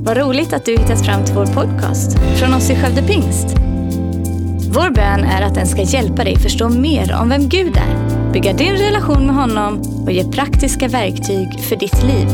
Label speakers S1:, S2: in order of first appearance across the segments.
S1: Vad roligt att du hittat fram till vår podcast från oss i Skövde Pingst. Vår bön är att den ska hjälpa dig förstå mer om vem Gud är, bygga din relation med honom och ge praktiska verktyg för ditt liv.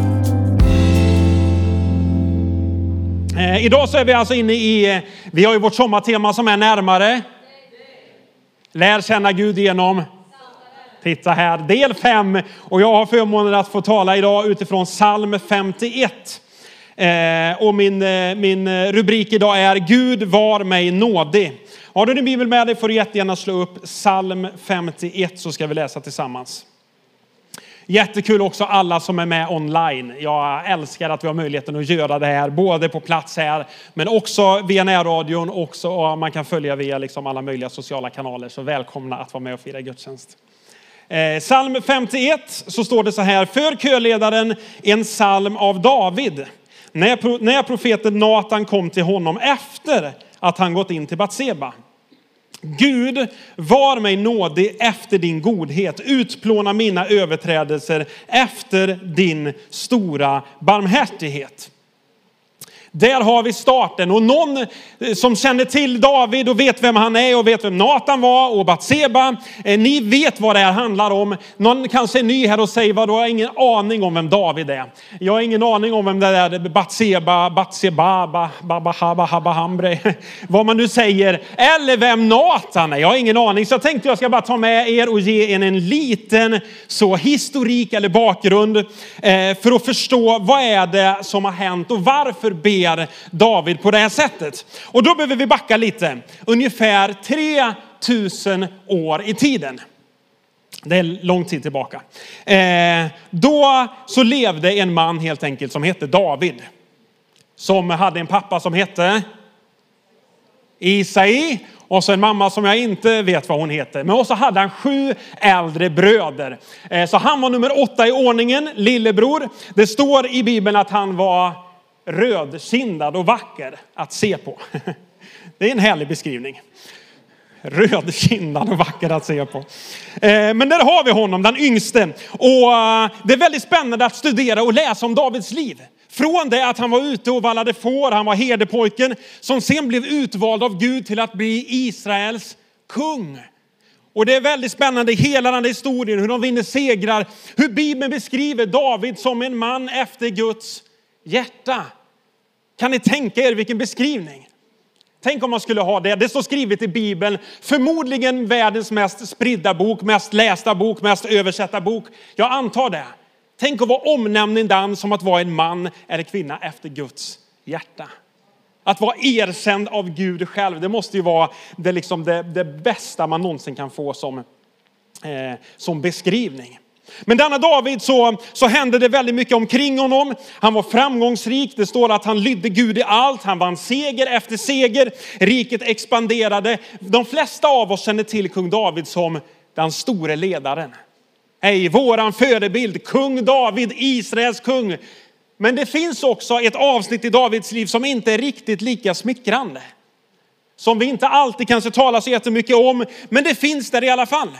S2: Idag så är vi alltså inne i, vi har ju vårt sommartema som är närmare. Lär känna Gud genom. Titta här, del 5. Och jag har förmånen att få tala idag utifrån psalm 51. Och min rubrik idag är Gud var mig nådig. Har du din bibel med dig får du jättegärna slå upp psalm 51 så ska vi läsa tillsammans. Jättekul också alla som är med online. Jag älskar att vi har möjligheten att göra det här. Både på plats här men också via närradion. Och man kan följa via liksom alla möjliga sociala kanaler. Så välkomna att vara med och fira gudstjänst. Psalm 51 så står det så här. För körledaren en psalm av David. När profeten Natan kom till honom efter att han gått in till Batseba. Gud var mig nådig efter din godhet. Utplåna mina överträdelser efter din stora barmhärtighet. Där har vi starten. Och någon som känner till David och vet vem han är och vet vem Natan var och Batseba. Ni vet vad det här handlar om. Någon kanske är ny här och säger vad, du har ingen aning om vem David är. Jag har ingen aning om vem det är Batseba, Babahambre. Vad man nu säger. Eller vem Natan är. Jag har ingen aning. Så jag tänkte jag ska bara ta med er och ge en liten så historik eller bakgrund. För att förstå vad är det som har hänt och varför ber David på det här sättet. Och då behöver vi backa lite. Ungefär 3000 år i tiden. Det är lång tid tillbaka. Då så levde en man helt enkelt som hette David. Som hade en pappa som hette Isai. Och så en mamma som jag inte vet vad hon heter. Men också hade han 7 äldre bröder. Så han var nummer 8 i ordningen, lillebror. Det står i Bibeln att han var rödkindad och vacker att se på. Det är en härlig beskrivning. Rödkindad och vacker att se på. Men där har vi honom, den yngste. Och det är väldigt spännande att studera och läsa om Davids liv. Från det att han var ute och vallade får, han var herdepojken. Som sen blev utvald av Gud till att bli Israels kung. Och det är väldigt spännande hela den här historien, hur de vinner segrar. Hur Bibeln beskriver David som en man efter Guds hjärta. Kan ni tänka er vilken beskrivning? Tänk om man skulle ha det. Det står skrivet i Bibeln. Förmodligen världens mest spridda bok, mest lästa bok, mest översatta bok. Jag antar det. Tänk att vara omnämnd den som att vara en man eller kvinna efter Guds hjärta. Att vara erkänd av Gud själv. Det måste ju vara det bästa man någonsin kan få som beskrivning. Men denna David så hände det väldigt mycket omkring honom. Han var framgångsrik. Det står att han lydde Gud i allt. Han vann seger efter seger. Riket expanderade. De flesta av oss känner till kung David som den store ledaren. Hej, våran förebild. Kung David, Israels kung. Men det finns också ett avsnitt i Davids liv som inte är riktigt lika smickrande. Som vi inte alltid kanske talar så jättemycket om. Men det finns där i alla fall.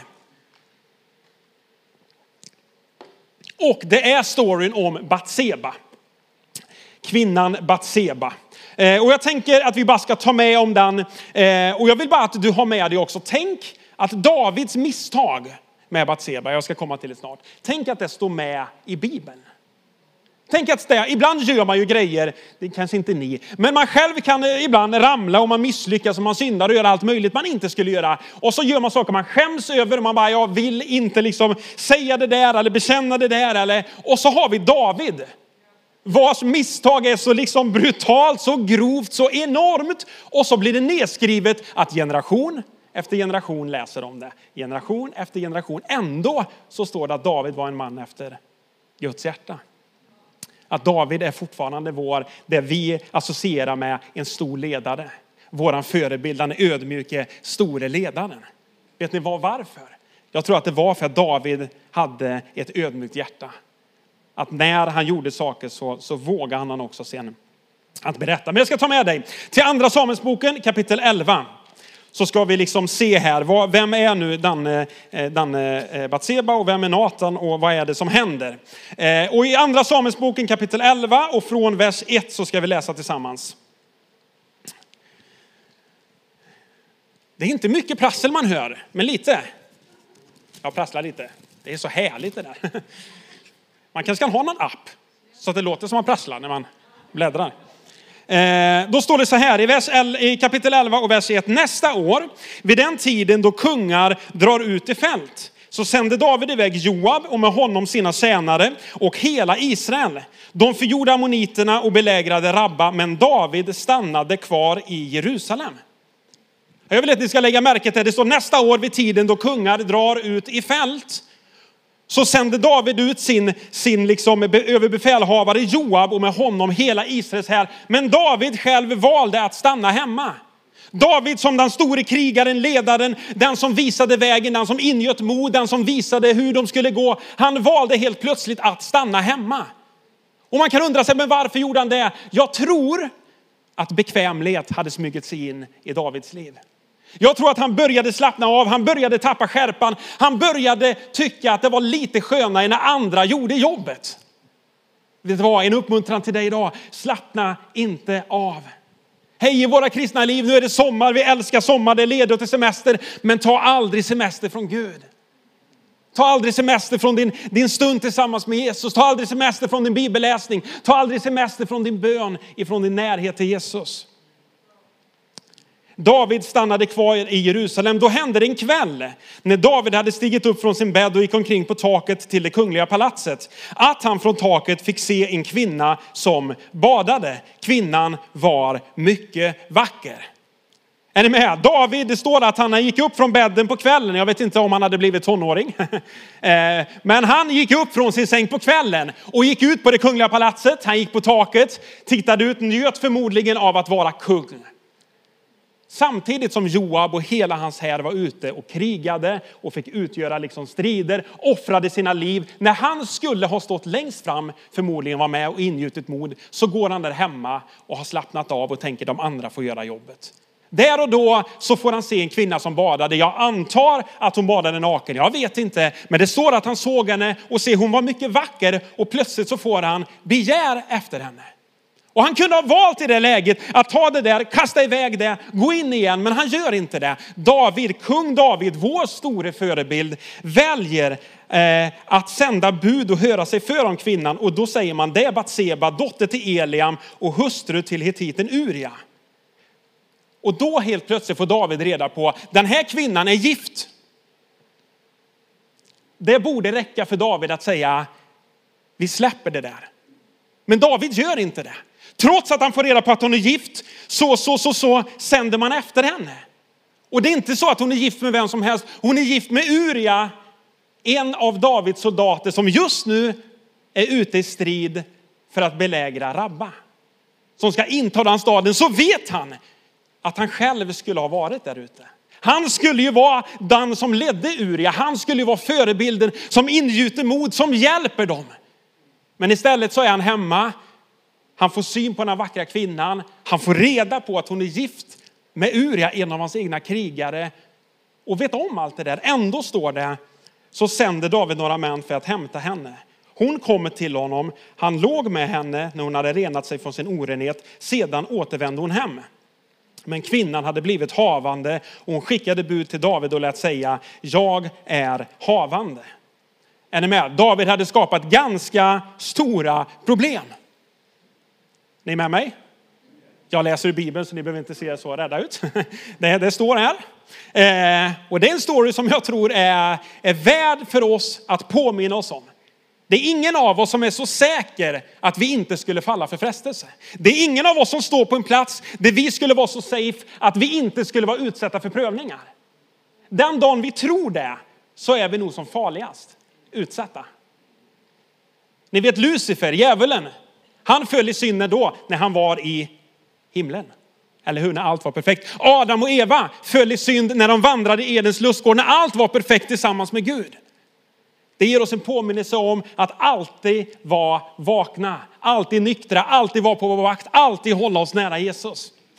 S2: Och det är storyn om Batseba. Kvinnan Batseba. Och jag tänker att vi bara ska ta med om den. Och jag vill bara att du har med dig också. Tänk att Davids misstag med Batseba, jag ska komma till det snart. Tänk att det står med i Bibeln. Tänk att ibland gör man ju grejer, det kanske inte ni. Men man själv kan ibland ramla och man misslyckas och man syndar och gör allt möjligt man inte skulle göra. Och så gör man saker man skäms över och man bara, jag vill inte säga det där eller bekänna det där. Och så har vi David. Vars misstag är så brutalt, så grovt, så enormt. Och så blir det nedskrivet att generation efter generation läser om det. Generation efter generation. Ändå så står det att David var en man efter Guds hjärta. Att David är fortfarande det vi associerar med en stor ledare. Våran förebild, den ödmjuke, store ledaren. Vet ni varför? Jag tror att det var för att David hade ett ödmjukt hjärta. Att när han gjorde saker så vågade han också sen att berätta. Men jag ska ta med dig till andra Samuelsboken kapitel 11. så ska vi liksom se här, vem är nu Batseba och vem är Natan och vad är det som händer. Och i andra Samuelsboken kapitel 11 och från vers 1 så ska vi läsa tillsammans. Det är inte mycket prassel man hör, men lite. Jag prasslar lite. Det är så härligt det där. Man kanske kan ha någon app så att det låter som man prasslar när man bläddrar. Då står det så här i kapitel 11 och vers 1. Nästa år, vid den tiden då kungar drar ut i fält, så sände David iväg Joab och med honom sina tjänare och hela Israel. De förgjorde ammoniterna och belägrade Rabba, men David stannade kvar i Jerusalem. Jag vill att ni ska lägga märke till det. Det står nästa år vid tiden då kungar drar ut i fält. Så sände David ut sin liksom överbefälhavare Joab och med honom hela Israels här. Men David själv valde att stanna hemma. David som den store krigaren, ledaren, den som visade vägen, den som ingöt mod, den som visade hur de skulle gå. Han valde helt plötsligt att stanna hemma. Och man kan undra sig, men varför gjorde han det? Jag tror att bekvämlighet hade smugit sig in i Davids liv. Jag tror att han började slappna av, han började tappa skärpan. Han började tycka att det var lite skönare när andra gjorde jobbet. Vet du vad, en uppmuntran till dig idag. Slappna inte av. Hej i våra kristna liv, nu är det sommar, vi älskar sommar, det leder till semester. Men ta aldrig semester från Gud. Ta aldrig semester från din stund tillsammans med Jesus. Ta aldrig semester från din bibelläsning. Ta aldrig semester från din bön, ifrån din närhet till Jesus. David stannade kvar i Jerusalem. Då hände det en kväll när David hade stigit upp från sin bädd och gick omkring på taket till det kungliga palatset, att han från taket fick se en kvinna som badade. Kvinnan var mycket vacker. Är ni med? David, det står att han gick upp från bädden på kvällen. Jag vet inte om han hade blivit tonåring. Men han gick upp från sin säng på kvällen och gick ut på det kungliga palatset. Han gick på taket, tittade ut, njöt förmodligen av att vara kung. Samtidigt som Joab och hela hans här var ute och krigade och fick utgöra liksom strider, offrade sina liv. När han skulle ha stått längst fram, förmodligen var med och ingjutit mod, så går han där hemma och har slappnat av och tänker de andra får göra jobbet. Där och då så får han se en kvinna som badade. Jag antar att hon badade naken. Jag vet inte. Men det står att han såg henne och ser hon var mycket vacker. Och plötsligt så får han begär efter henne. Och han kunde ha valt i det läget att ta det där, kasta iväg det, gå in igen. Men han gör inte det. Kung David, vår store förebild, väljer att sända bud och höra sig för om kvinnan. Och då säger man, det är Batseba, dotter till Eliam och hustru till hetiten Uria. Och då helt plötsligt får David reda på, den här kvinnan är gift. Det borde räcka för David att säga, vi släpper det där. Men David gör inte det. Trots att han får reda på att hon är gift, så sänder man efter henne. Och det är inte så att hon är gift med vem som helst. Hon är gift med Uria, en av Davids soldater som just nu är ute i strid för att belägra Rabba. Som ska inta den staden. Så vet han att han själv skulle ha varit där ute. Han skulle ju vara den som ledde Uria. Han skulle ju vara förebilden som ingjuter mod, som hjälper dem. Men istället så är han hemma. Han får syn på den vackra kvinnan. Han får reda på att hon är gift med Uria, en av hans egna krigare. Och vet om allt det där. Ändå står det, så sänder David några män för att hämta henne. Hon kommer till honom. Han låg med henne när hon hade renat sig från sin orenhet. Sedan återvände hon hem. Men kvinnan hade blivit havande och hon skickade bud till David och lät säga, jag är havande. Är ni med? David hade skapat ganska stora problem. Ni är med mig? Jag läser i Bibeln så ni behöver inte se så rädda ut. Det står här. Och det är en story som jag tror är värd för oss att påminna oss om. Det är ingen av oss som är så säker att vi inte skulle falla för frestelse. Det är ingen av oss som står på en plats där vi skulle vara så safe att vi inte skulle vara utsatta för prövningar. Den dagen vi tror det så är vi nog som farligast utsatta. Ni vet Lucifer, djävulen. Han föll i synden då när han var i himlen. Eller hur? När allt var perfekt. Adam och Eva föll i synd när de vandrade i Edens lustgård. När allt var perfekt tillsammans med Gud. Det ger oss en påminnelse om att alltid vara vakna. Alltid nyktra. Alltid vara på vår vakt. Alltid hålla oss nära Jesus.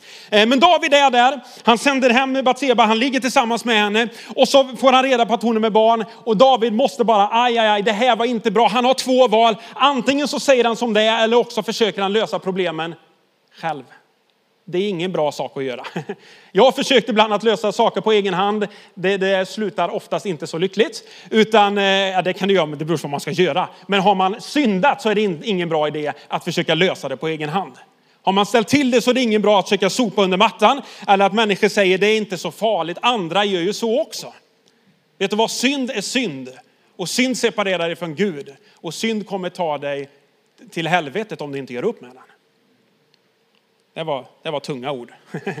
S2: Men David är där, han sänder hem med Batseba, han ligger tillsammans med henne och så får han reda på att hon är med barn. Och David måste bara, aj, det här var inte bra. Han har två val, antingen så säger han som det är eller också försöker han lösa problemen själv. Det är ingen bra sak att göra. Jag har försökt ibland att lösa saker på egen hand. Det slutar oftast inte så lyckligt. Utan, det kan det göra, men det beror på vad man ska göra. Men har man syndat så är det ingen bra idé att försöka lösa det på egen hand. Har man ställt till det så är det ingen bra att försöka sopa under mattan. Eller att människor säger det är inte så farligt. Andra gör ju så också. Vet du vad? Synd är synd. Och synd separerar dig från Gud. Och synd kommer ta dig till helvetet om du inte gör upp med den. Det var tunga ord.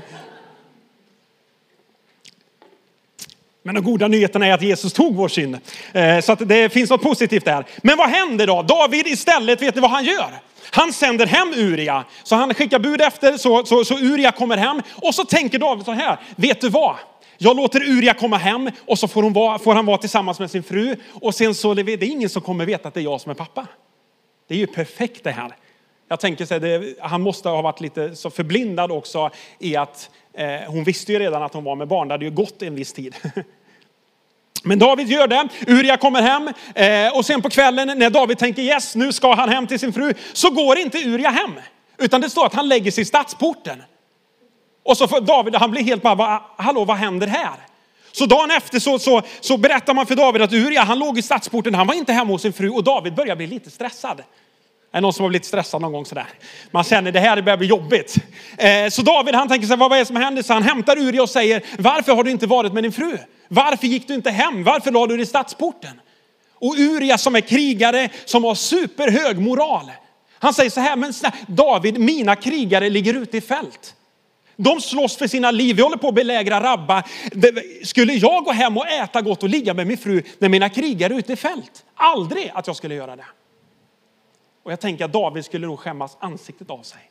S2: Men de goda nyheterna är att Jesus tog vår synd. Så att det finns något positivt där. Men vad händer då? David istället, vet ni vad han gör? Han sänder hem Uria. Så han skickar bud efter så Uria kommer hem. Och så tänker David så här. Vet du vad? Jag låter Uria komma hem och så får han vara tillsammans med sin fru. Och sen så det är ingen som kommer veta att det är jag som är pappa. Det är ju perfekt det här. Jag tänker så här, han måste ha varit lite så förblindad också i att hon visste ju redan att hon var med barn. Det hade ju gått en viss tid. Men David gör det. Uria kommer hem och sen på kvällen när David tänker yes, nu ska han hem till sin fru. Så går inte Uria hem. Utan det står att han lägger sig i stadsporten. Och så får David, han blir helt bara, hallå vad händer här? Så dagen efter så berättar man för David att Uria, han låg i stadsporten. Han var inte hemma hos sin fru och David börjar bli lite stressad. Är någon som har blivit stressad någon gång sådär? Man känner det här börjar bli jobbigt. Så David han tänker sig vad är det som händer? Så han hämtar Uria och säger varför har du inte varit med din fru? Varför gick du inte hem? Varför la du dig i stadsporten? Och Uria som är krigare som har superhög moral. Han säger så här, men David, mina krigare ligger ute i fält. De slåss för sina liv. Vi håller på att belägra Rabba. Skulle jag gå hem och äta gott och ligga med min fru när mina krigare är ute i fält? Aldrig att jag skulle göra det. Och jag tänker att David skulle nog skämmas ansiktet av sig.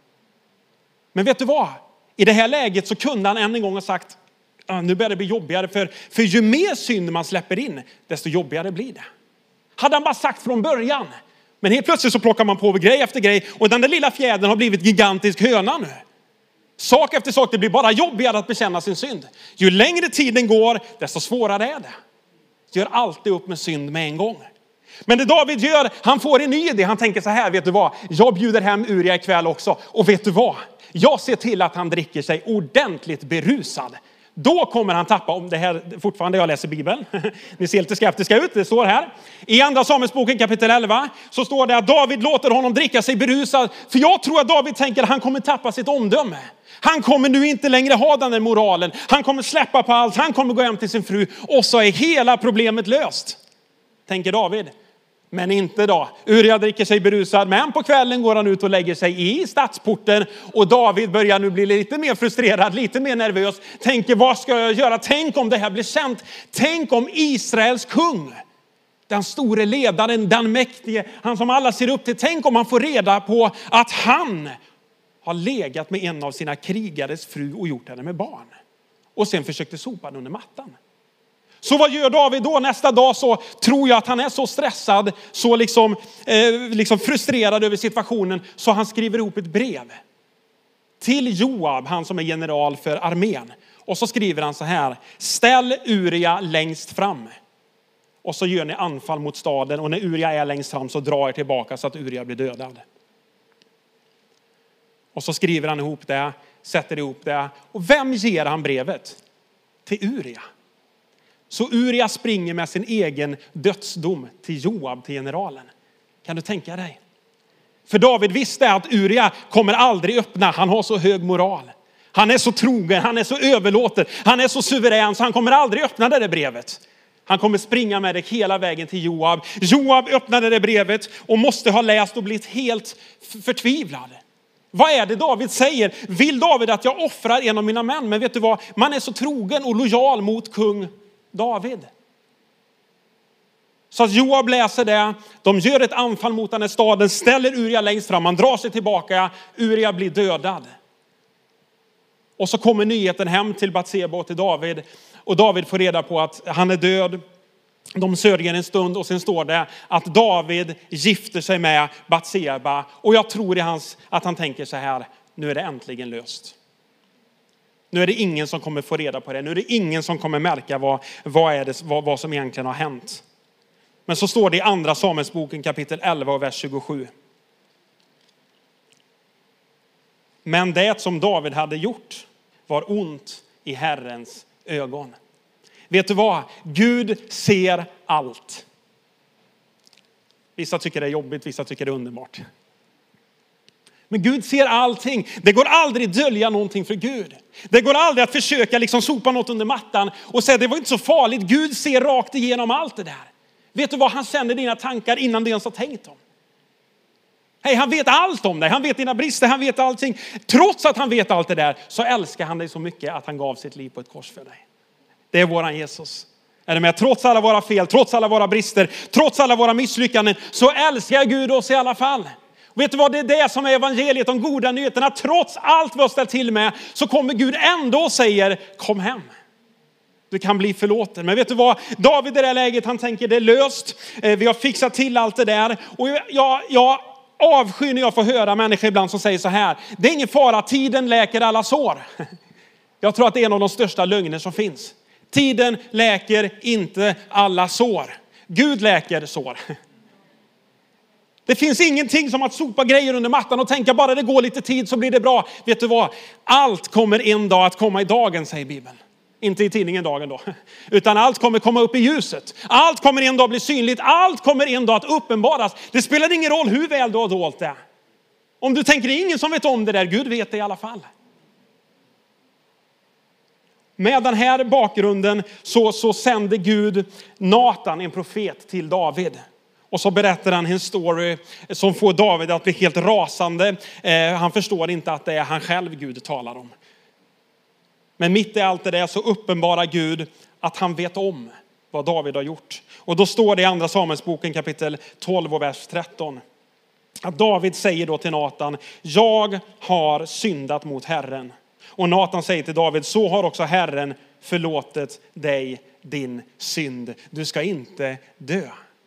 S2: Men vet du vad? I det här läget så kunde han än en gång ha sagt, nu börjar det bli jobbigare. För ju mer synd man släpper in, desto jobbigare blir det. Hade han bara sagt från början. Men helt plötsligt så plockar man på grej efter grej. Och den där lilla fjädern har blivit gigantisk höna nu. Sak efter sak, det blir bara jobbigare att bekänna sin synd. Ju längre tiden går, desto svårare är det. Gör alltid upp med synd med en gång. Men det David gör, han får en ny idé. Han tänker så här, vet du vad? Jag bjuder hem Uria ikväll också. Och vet du vad? Jag ser till att han dricker sig ordentligt berusad. Då kommer han tappa, om det här fortfarande jag läser Bibeln. Ni ser lite skeptiska ut, det står här. I andra Samuelsboken kapitel 11 så står det att David låter honom dricka sig berusad. För jag tror att David tänker att han kommer tappa sitt omdöme. Han kommer nu inte längre ha den där moralen. Han kommer släppa på allt, han kommer gå hem till sin fru. Och så är hela problemet löst. Tänker David. Men inte då. Uria dricker sig berusad. Men på kvällen går han ut och lägger sig i stadsporten. Och David börjar nu bli lite mer frustrerad. Lite mer nervös. Tänker, vad ska jag göra? Tänk om det här blir känt. Tänk om Israels kung. Den store ledaren, den mäktige. Han som alla ser upp till. Tänk om han får reda på att han har legat med en av sina krigares fru och gjort henne med barn. Och sen försökte sopa den under mattan. Så vad gör David då? Nästa dag så tror jag att han är så stressad, så liksom frustrerad över situationen, så han skriver ihop ett brev till Joab, han som är general för armén. Och så skriver han så här: ställ Uria längst fram. Och så gör ni anfall mot staden, och när Uria är längst fram så drar er tillbaka så att Uria blir dödad. Och så skriver han ihop det, sätter ihop det. Och vem ger han brevet? Till Uria. Så Uria springer med sin egen dödsdom till Joab, till generalen. Kan du tänka dig? För David visste att Uria kommer aldrig öppna. Han har så hög moral. Han är så trogen, han är så överlåten. Han är så suverän så han kommer aldrig öppna det där brevet. Han kommer springa med det hela vägen till Joab. Joab öppnade det brevet och måste ha läst och blivit helt förtvivlad. Vad är det David säger? Vill David att jag offrar en av mina män? Men vet du vad? Man är så trogen och lojal mot kung David. Så att Joab läser det. De gör ett anfall mot den här staden. Ställer Uria längst fram. Han drar sig tillbaka. Uria blir dödad. Och så kommer nyheten hem till Batseba och till David. Och David får reda på att han är död. De sörjer en stund och sen står det att David gifter sig med Batseba. Och jag tror att han tänker så här: nu är det äntligen löst. Nu är det ingen som kommer få reda på det. Nu är det ingen som kommer märka vad som egentligen har hänt. Men så står det i andra Samuelsboken kapitel 11 och vers 27. Men det som David hade gjort var ont i Herrens ögon. Vet du vad? Gud ser allt. Vissa tycker det är jobbigt, vissa tycker det är underbart. Men Gud ser allting. Det går aldrig att dölja någonting för Gud. Det går aldrig att försöka liksom sopa något under mattan och säga det var inte så farligt. Gud ser rakt igenom allt det där. Vet du vad? Han känner dina tankar innan du ens har tänkt dem. Hej, han vet allt om dig. Han vet dina brister, han vet allting. Trots att han vet allt det där så älskar han dig så mycket att han gav sitt liv på ett kors för dig. Det är våran Jesus. Är det med? Trots alla våra fel, trots alla våra brister, trots alla våra misslyckanden så älskar Gud oss i alla fall. Vet du vad? Det är det som är evangeliet, de goda nyheterna. Trots allt vi har ställt till med så kommer Gud ändå och säger kom hem. Du kan bli förlåten. Men vet du vad? David i det här läget, han tänker det är löst. Vi har fixat till allt det där. Och jag avskyr när jag får höra människor ibland som säger så här. Det är ingen fara, tiden läker alla sår. Jag tror att det är en av de största lögner som finns. Tiden läker inte alla sår. Gud läker sår. Det finns ingenting som att sopa grejer under mattan och tänka bara det går lite tid så blir det bra. Vet du vad? Allt kommer en dag att komma i dagen, säger Bibeln. Inte i tidningen dagen då. Utan allt kommer komma upp i ljuset. Allt kommer en dag bli synligt. Allt kommer en dag att uppenbaras. Det spelar ingen roll hur väl du har dolt det. Om du tänker det är ingen som vet om det där. Gud vet det i alla fall. Med den här bakgrunden så sände Gud Natan, en profet, till David. Och så berättar han en story som får David att bli helt rasande. Han förstår inte att det är han själv Gud talar om. Men mitt i allt det där så uppenbarar Gud att han vet om vad David har gjort. Och då står det i andra Samuelsboken kapitel 12 och vers 13. Att David säger då till Natan, jag har syndat mot Herren. Och Natan säger till David, så har också Herren förlåtit dig din synd. Du ska inte dö.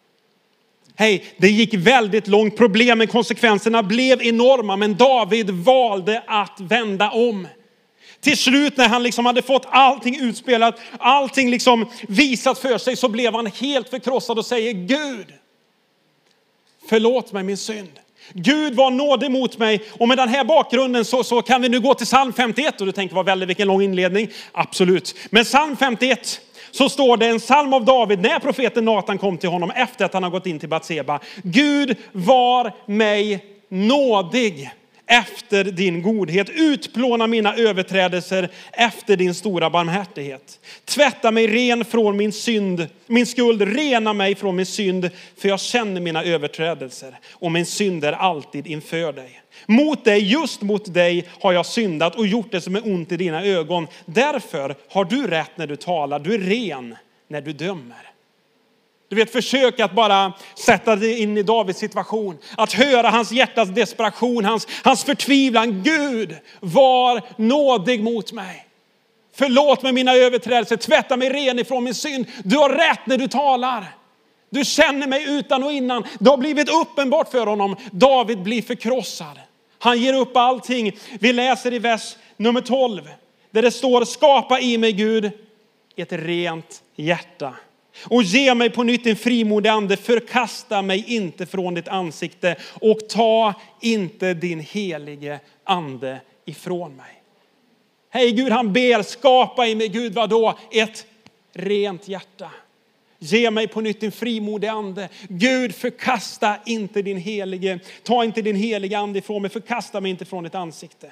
S2: Hej, det gick väldigt långt. Problemen, konsekvenserna blev enorma. Men David valde att vända om. Till slut när han liksom hade fått allting utspelat, allting liksom visat för sig, så blev han helt förkrossad och säger, Gud, förlåt mig min synd. Gud var nådig mot mig. Och med den här bakgrunden så kan vi nu gå till psalm 51. Och du tänker, vad väldigt vilken lång inledning. Absolut. Men psalm 51 så står det en psalm av David när profeten Natan kom till honom efter att han har gått in till Batseba. Gud var mig nådig efter din godhet. Utplåna mina överträdelser efter din stora barmhärtighet. Tvätta mig ren från min skuld. Rena mig från min synd. För jag känner mina överträdelser. Och min synd är alltid inför dig. Mot dig, just mot dig har jag syndat och gjort det som är ont i dina ögon. Därför har du rätt när du talar. Du är ren när du dömer. Du vet, försök att bara sätta dig in i Davids situation. Att höra hans hjärtas desperation, hans förtvivlan. Gud, var nådig mot mig. Förlåt mig mina överträdelser. Tvätta mig ren ifrån min synd. Du har rätt när du talar. Du känner mig utan och innan. Det har blivit uppenbart för honom. David blir förkrossad. Han ger upp allting. Vi läser i vers nummer 12. Där det står, skapa i mig Gud ett rent hjärta. Och ge mig på nytt en frimodig ande. Förkasta mig inte från ditt ansikte. Och ta inte din helige ande ifrån mig. Hej Gud, han ber, skapa i mig Gud, vadå? Ett rent hjärta. Ge mig på nytt en frimodig ande. Gud, förkasta inte din helige. Ta inte din helige ande ifrån mig. Förkasta mig inte från ditt ansikte.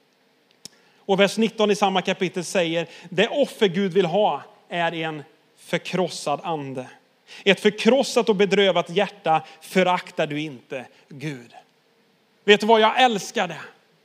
S2: Och vers 19 i samma kapitel säger, det offer Gud vill ha är en förkrossad ande. Ett förkrossat och bedrövat hjärta föraktar du inte, Gud. Vet du vad, jag älskar det.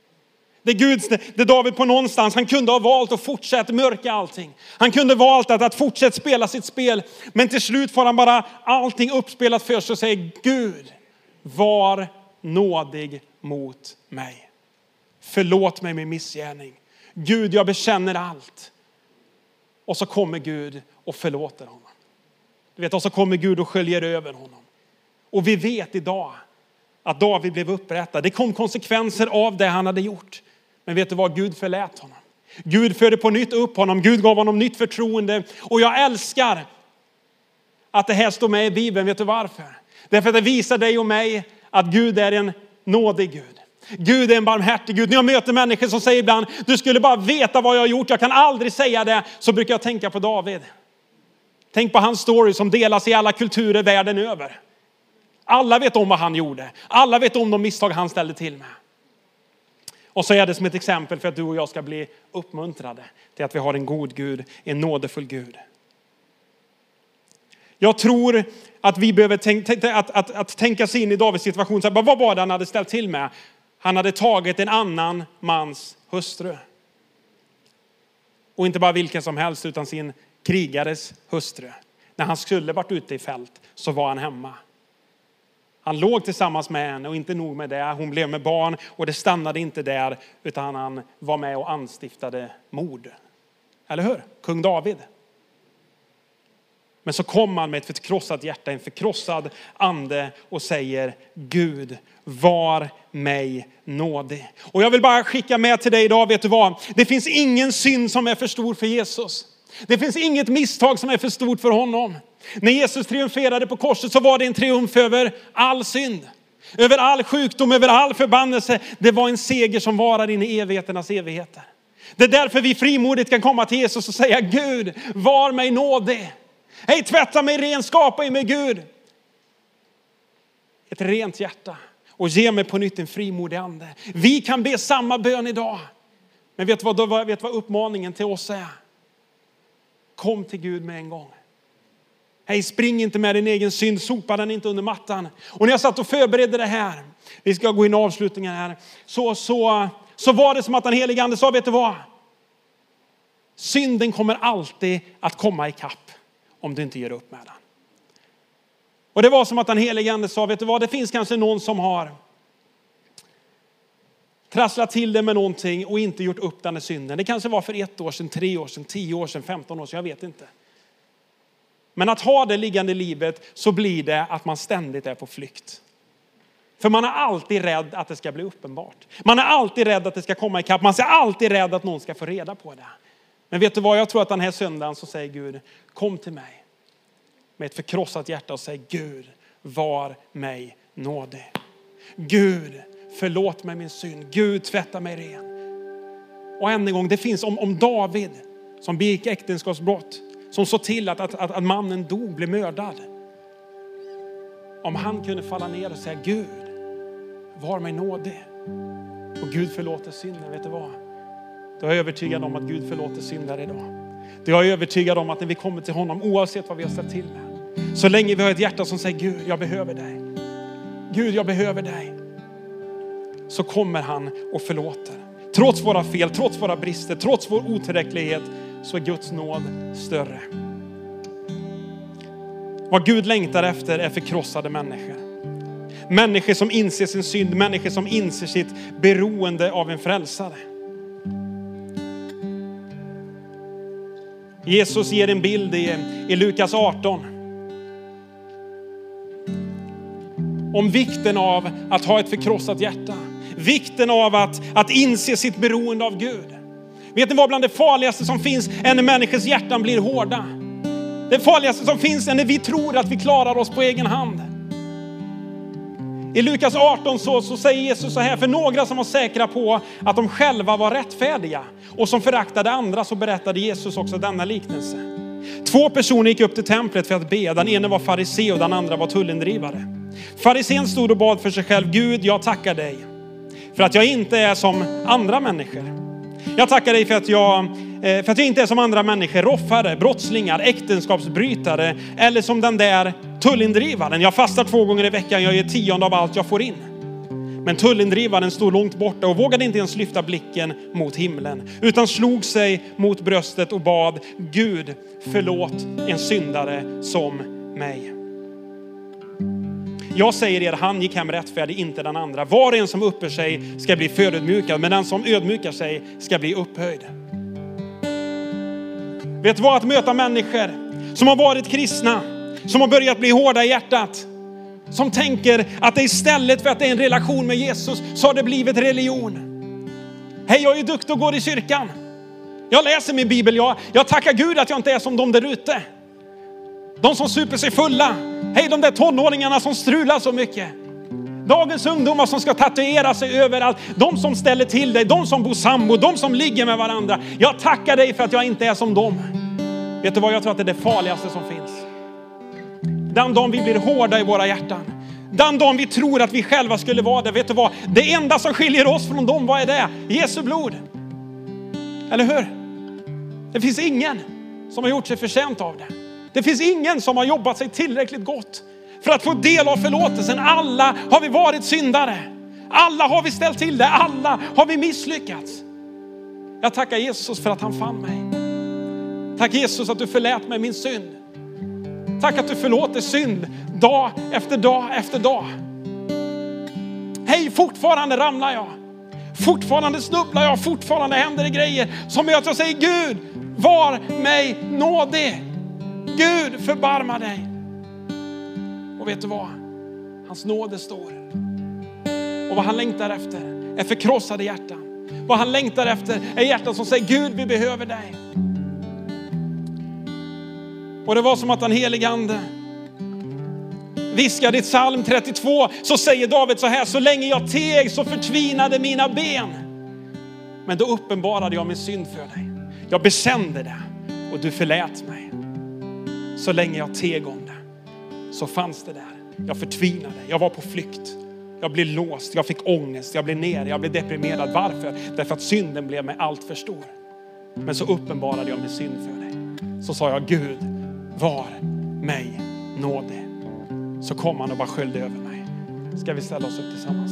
S2: Det David på någonstans, han kunde ha valt att fortsätta mörka allting. Han kunde ha valt att fortsätta spela sitt spel. Men till slut får han bara allting uppspelat för sig och säger, Gud, var nådig mot mig. Förlåt mig min missgärning. Gud, jag bekänner allt. Och så kommer Gud och förlåter honom. Du vet, och så kommer Gud och sköljer över honom. Och vi vet idag att David blev upprättad. Det kom konsekvenser av det han hade gjort. Men vet du vad? Gud förlät honom. Gud förde på nytt upp honom. Gud gav honom nytt förtroende. Och jag älskar att det här står med i Bibeln. Vet du varför? Därför att det visar dig och mig att Gud är en nådig Gud. Gud är en barmhärtig Gud. När jag möter människor som säger ibland, du skulle bara veta vad jag har gjort, jag kan aldrig säga det, så brukar jag tänka på David. Tänk på hans story som delas i alla kulturer världen över. Alla vet om vad han gjorde. Alla vet om de misstag han ställde till med. Och så är det som ett exempel för att du och jag ska bli uppmuntrade till att vi har en god Gud, en nådefull Gud. Jag tror att vi behöver tänka sig in i Davids situation. Så vad var det han hade ställt till med? Han hade tagit en annan mans hustru. Och inte bara vilken som helst utan sin krigares hustru. När han skulle varit ute i fält så var han hemma. Han låg tillsammans med henne och inte nog med det. Hon blev med barn och det stannade inte där utan han var med och anstiftade mord. Eller hur? Kung David. Men så kom han med ett förkrossat hjärta, en förkrossad ande och säger Gud, var mig nådig. Och jag vill bara skicka med till dig idag, vet du vad? Det finns ingen synd som är för stor för Jesus. Det finns inget misstag som är för stort för honom. När Jesus triumferade på korset så var det en triumf över all synd. Över all sjukdom, över all förbannelse. Det var en seger som varar in i evigheternas evigheter. Det är därför vi frimodigt kan komma till Jesus och säga Gud, var mig nådig. Hej, tvätta mig ren, skapa i mig Gud ett rent hjärta och ge mig på nytt en frimodig ande. Vi kan be samma bön idag. Men vet du vad uppmaningen till oss är? Kom till Gud med en gång. Hej, spring inte med din egen synd, sopa den inte under mattan. Och när jag satt och förberedde det här, vi ska gå in i avslutningen här, så var det som att den helige ande sa, vet du vad? Synden kommer alltid att komma i kapp om du inte ger upp med den. Och det var som att den helige ande sa, vet du vad, det finns kanske någon som har trasslat till det med någonting och inte gjort upp den här synden. Det kanske var för 1 år sedan, 3 år sedan, 10 år sedan, 15 år sedan, jag vet inte. Men att ha det liggande i livet så blir det att man ständigt är på flykt. För man är alltid rädd att det ska bli uppenbart. Man är alltid rädd att det ska komma ikapp. Man är alltid rädd att någon ska få reda på det. Men vet du vad, jag tror att den här söndagen så säger Gud, kom till mig med ett förkrossat hjärta och säg Gud, var mig nådig. Gud, förlåt mig min synd. Gud, tvätta mig ren. Och än en gång, det finns om David som begick äktenskapsbrott, som såg till att mannen dog, blev mördad. Om han kunde falla ner och säga Gud, var mig nådig. Och Gud förlåter synden, vet du vad? Då är jag övertygad om att Gud förlåter synder idag. Då är jag övertygad om att när vi kommer till honom, oavsett vad vi har ställt till med, så länge vi har ett hjärta som säger Gud, jag behöver dig. Gud, jag behöver dig. Så kommer han och förlåter. Trots våra fel, trots våra brister, trots vår otillräcklighet, så är Guds nåd större. Vad Gud längtar efter är förkrossade människor. Människor som inser sin synd, människor som inser sitt beroende av en frälsare. Jesus ger en bild i Lukas 18 om vikten av att ha ett förkrossat hjärta. Vikten av att inse sitt beroende av Gud. Vet ni vad, bland det farligaste som finns är när människors hjärtan blir hårda. Det farligaste som finns är när vi tror att vi klarar oss på egen hand. I Lukas 18 så säger Jesus så här, för några som var säkra på att de själva var rättfärdiga och som föraktade andra, så berättade Jesus också denna liknelse. 2 personer gick upp till templet för att be. Den ena var farisé och den andra var tullindrivare. Farisén stod och bad för sig själv, Gud, jag tackar dig för att jag inte är som andra människor. Jag tackar dig för att jag inte är som andra människor, roffare, brottslingar, äktenskapsbrytare eller som den där tullindrivaren. Jag fastar 2 gånger i veckan, jag ger 10% av allt jag får in. Men tullindrivaren stod långt borta och vågade inte ens lyfta blicken mot himlen, utan slog sig mot bröstet och bad, Gud, förlåt en syndare som mig. Jag säger er, han gick hem rättfärdig, inte den andra. Var och en som upphör sig ska bli förödmjukad, men den som ödmjukar sig ska bli upphöjd. Vet du vad, att möta människor som har varit kristna, som har börjat bli hårda i hjärtat, som tänker att det istället för att det är en relation med Jesus så har det blivit religion. Hej, jag är duktig och går i kyrkan. Jag läser min bibel. Jag tackar Gud att jag inte är som de där ute. De som super sig fulla. Hej, de där tonåringarna som strular så mycket. Dagens ungdomar som ska tatuera sig överallt. De som ställer till dig. De som bor sambo. De som ligger med varandra. Jag tackar dig för att jag inte är som dem. Vet du vad, jag tror att det är det farligaste som finns. Den dagen vi blir hårda i våra hjärtan. Den dagen vi tror att vi själva skulle vara det. Vet du vad, det enda som skiljer oss från dem, vad är det? Jesu blod. Eller hur? Det finns ingen som har gjort sig förtjänt av det. Det finns ingen som har jobbat sig tillräckligt gott för att få del av förlåtelsen. Alla har vi varit syndare. Alla har vi ställt till det. Alla har vi misslyckats. Jag tackar Jesus för att han fann mig. Tack Jesus att du förlät mig min synd. Tack att du förlåter synd dag efter dag efter dag. Hej, fortfarande ramlar jag. Fortfarande snubblar jag. Fortfarande händer det grejer som gör att jag säger Gud, var mig nådig. Gud, förbarma dig. Och vet du vad? Hans nåd är stor. Och vad han längtar efter är förkrossade hjärtan. Vad han längtar efter är hjärtan som säger Gud, vi behöver dig. Och det var som att den helige ande viskade i psalm 32. Så säger David så här: så länge jag teg så förtvinade mina ben. Men då uppenbarade jag min synd för dig. Jag bekände det och du förlät mig. Så länge jag teg om det så fanns det där. Jag förtvinade, jag var på flykt. Jag blev låst, jag fick ångest, jag blev ner, jag blev deprimerad. Varför? Därför att synden blev mig allt för stor. Men så uppenbarade jag min synd för dig. Så sa jag, Gud, var mig nådig. Så kom han och bara sköljde över mig. Ska vi ställa oss upp tillsammans?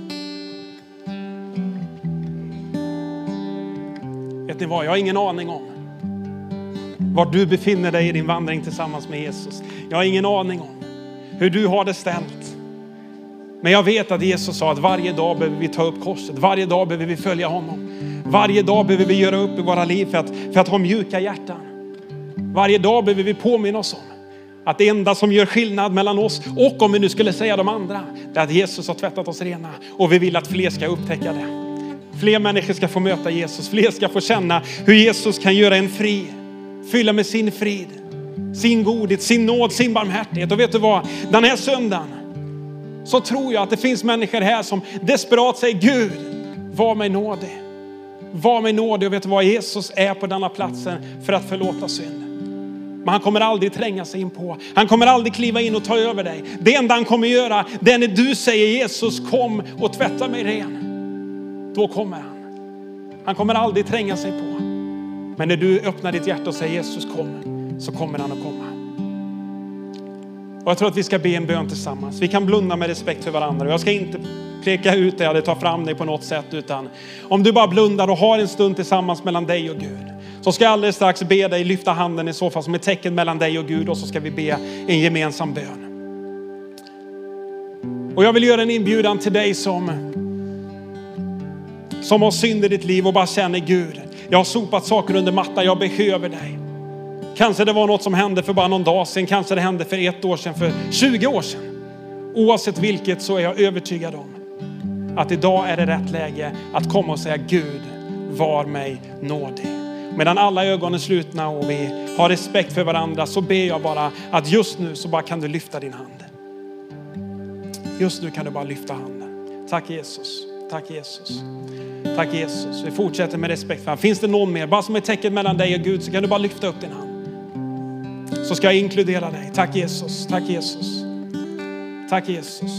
S2: Vet ni vad? Jag har ingen aning om var du befinner dig i din vandring tillsammans med Jesus. Jag har ingen aning om hur du har det ställt. Men jag vet att Jesus sa att varje dag behöver vi ta upp korset. Varje dag behöver vi följa honom. Varje dag behöver vi göra upp i våra liv för att ha mjuka hjärtan. Varje dag behöver vi påminna oss om att det enda som gör skillnad mellan oss och om vi nu skulle säga de andra, det är att Jesus har tvättat oss rena. Och vi vill att fler ska upptäcka det. Fler människor ska få möta Jesus. Fler ska få känna hur Jesus kan göra en fri. Fylla med sin frid, sin godhet, sin nåd, sin barmhärtighet. Och vet du vad? Den här söndagen så tror jag att det finns människor här som desperat säger, Gud, var mig nådig. Var mig nådig. Och vet du vad? Jesus är på denna platsen för att förlåta synd. Men han kommer aldrig tränga sig in på. Han kommer aldrig kliva in och ta över dig. Det enda han kommer göra, det är när du säger, Jesus, kom och tvätta mig ren. Då kommer han. Han kommer aldrig tränga sig på. Men när du öppnar ditt hjärta och säger, Jesus, kom, så kommer han att komma. Och jag tror att vi ska be en bön tillsammans. Vi kan blunda med respekt för varandra. Jag ska inte peka ut dig eller ta fram dig på något sätt. Utan om du bara blundar och har en stund tillsammans mellan dig och Gud. Så ska jag alldeles strax be dig lyfta handen i så fall som ett tecken mellan dig och Gud. Och så ska vi be en gemensam bön. Och jag vill göra en inbjudan till dig som har synd i ditt liv och bara känner, Gud, jag har sopat saker under mattan, jag behöver dig. Kanske det var något som hände för bara någon dag sedan. Kanske det hände för 1 år sedan, för 20 år sedan. Oavsett vilket så är jag övertygad om att idag är det rätt läge att komma och säga, Gud, var mig nådig. Medan alla ögon är slutna och vi har respekt för varandra, så ber jag bara att just nu så bara kan du lyfta din hand. Just nu kan du bara lyfta handen. Tack Jesus. Tack Jesus. Tack Jesus. Vi fortsätter med respekt för honom. Finns det någon mer? Bara som ett tecken mellan dig och Gud så kan du bara lyfta upp din hand. Så ska jag inkludera dig. Tack Jesus. Tack Jesus. Tack Jesus.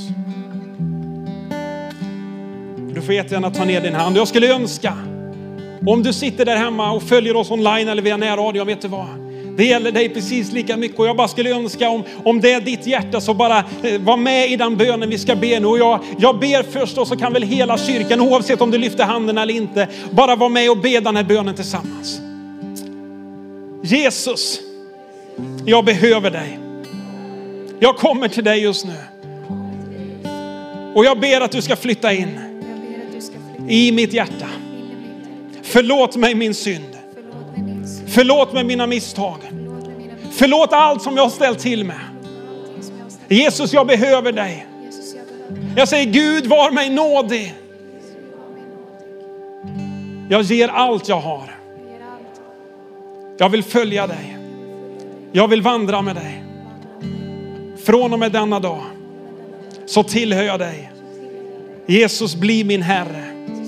S2: Du får jättegärna ta ner din hand. Jag skulle önska, om du sitter där hemma och följer oss online eller via närradio, vet du vad? Det gäller dig precis lika mycket. Och jag bara skulle önska, om det är ditt hjärta, så bara var med i den bönen vi ska be nu. Och jag ber först, och så kan väl hela kyrkan, oavsett om du lyfter handen eller inte, bara vara med och be den här bönen tillsammans. Jesus, jag behöver dig. Jag kommer till dig just nu. Och jag ber att du ska flytta in i mitt hjärta. Förlåt mig min synd. Förlåt mig mina misstag. Förlåt allt som jag har ställt till med. Jesus, jag behöver dig. Jag säger, Gud, var mig nådig. Jag ger allt jag har Jag vill följa dig. Jag vill vandra med dig. Från och med denna dag så tillhör jag dig. Jesus, bli min Herre.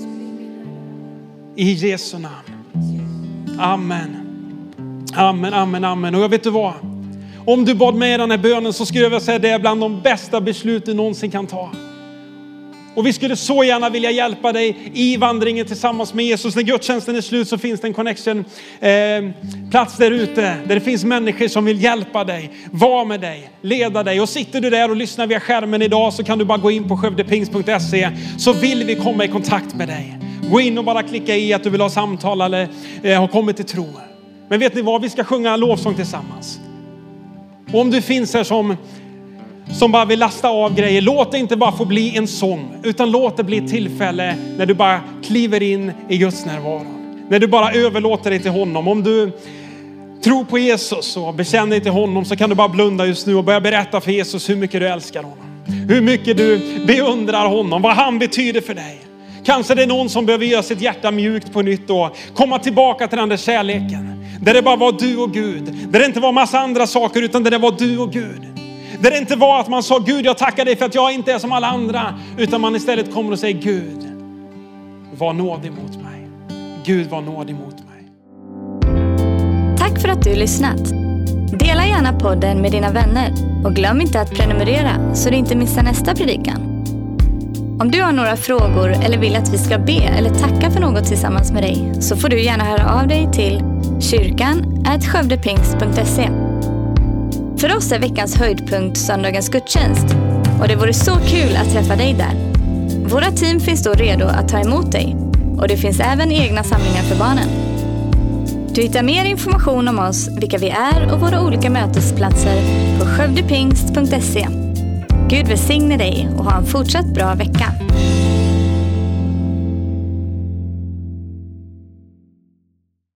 S2: I Jesu namn. Amen. Amen, amen, amen. Och jag vet du vad? Om du bad med den här bönen så skulle jag vilja säga det är bland de bästa beslut du någonsin kan ta. Och vi skulle så gärna vilja hjälpa dig i vandringen tillsammans med Jesus. När gudstjänsten är slut så finns det en connection plats där ute. Där det finns människor som vill hjälpa dig, vara med dig, leda dig. Och sitter du där och lyssnar via skärmen idag så kan du bara gå in på skövdepingst.se så vill vi komma i kontakt med dig. Gå in och bara klicka i att du vill ha samtal eller har kommit till tro. Men vet ni vad? Vi ska sjunga lovsång tillsammans. Och om du finns här som bara vill lasta av grejer, låt det inte bara få bli en sång, utan låt det bli ett tillfälle när du bara kliver in i Guds närvaro. När du bara överlåter dig till honom. Om du tror på Jesus och bekänner dig till honom så kan du bara blunda just nu och börja berätta för Jesus hur mycket du älskar honom. Hur mycket du beundrar honom, vad han betyder för dig. Kanske det är någon som behöver göra sitt hjärta mjukt på nytt och komma tillbaka till den där kärleken. Där det bara var du och Gud. Där det inte var massa andra saker utan där det var du och Gud. Där det inte var att man sa Gud jag tackar dig för att jag inte är som alla andra. Utan man istället kommer och säger Gud var nådig mot mig. Gud var nådig mot mig.
S1: Tack för att du lyssnat. Dela gärna podden med dina vänner. Och glöm inte att prenumerera så du inte missar nästa predikan. Om du har några frågor eller vill att vi ska be eller tacka för något tillsammans med dig så får du gärna höra av dig till kyrkan@skövdepingst.se. För oss är veckans höjdpunkt söndagens gudstjänst och det vore så kul att träffa dig där. Våra team finns då redo att ta emot dig och det finns även egna samlingar för barnen. Du hittar mer information om oss, vilka vi är och våra olika mötesplatser på skövdepingst.se. Gud välsigne dig och ha en fortsatt bra vecka.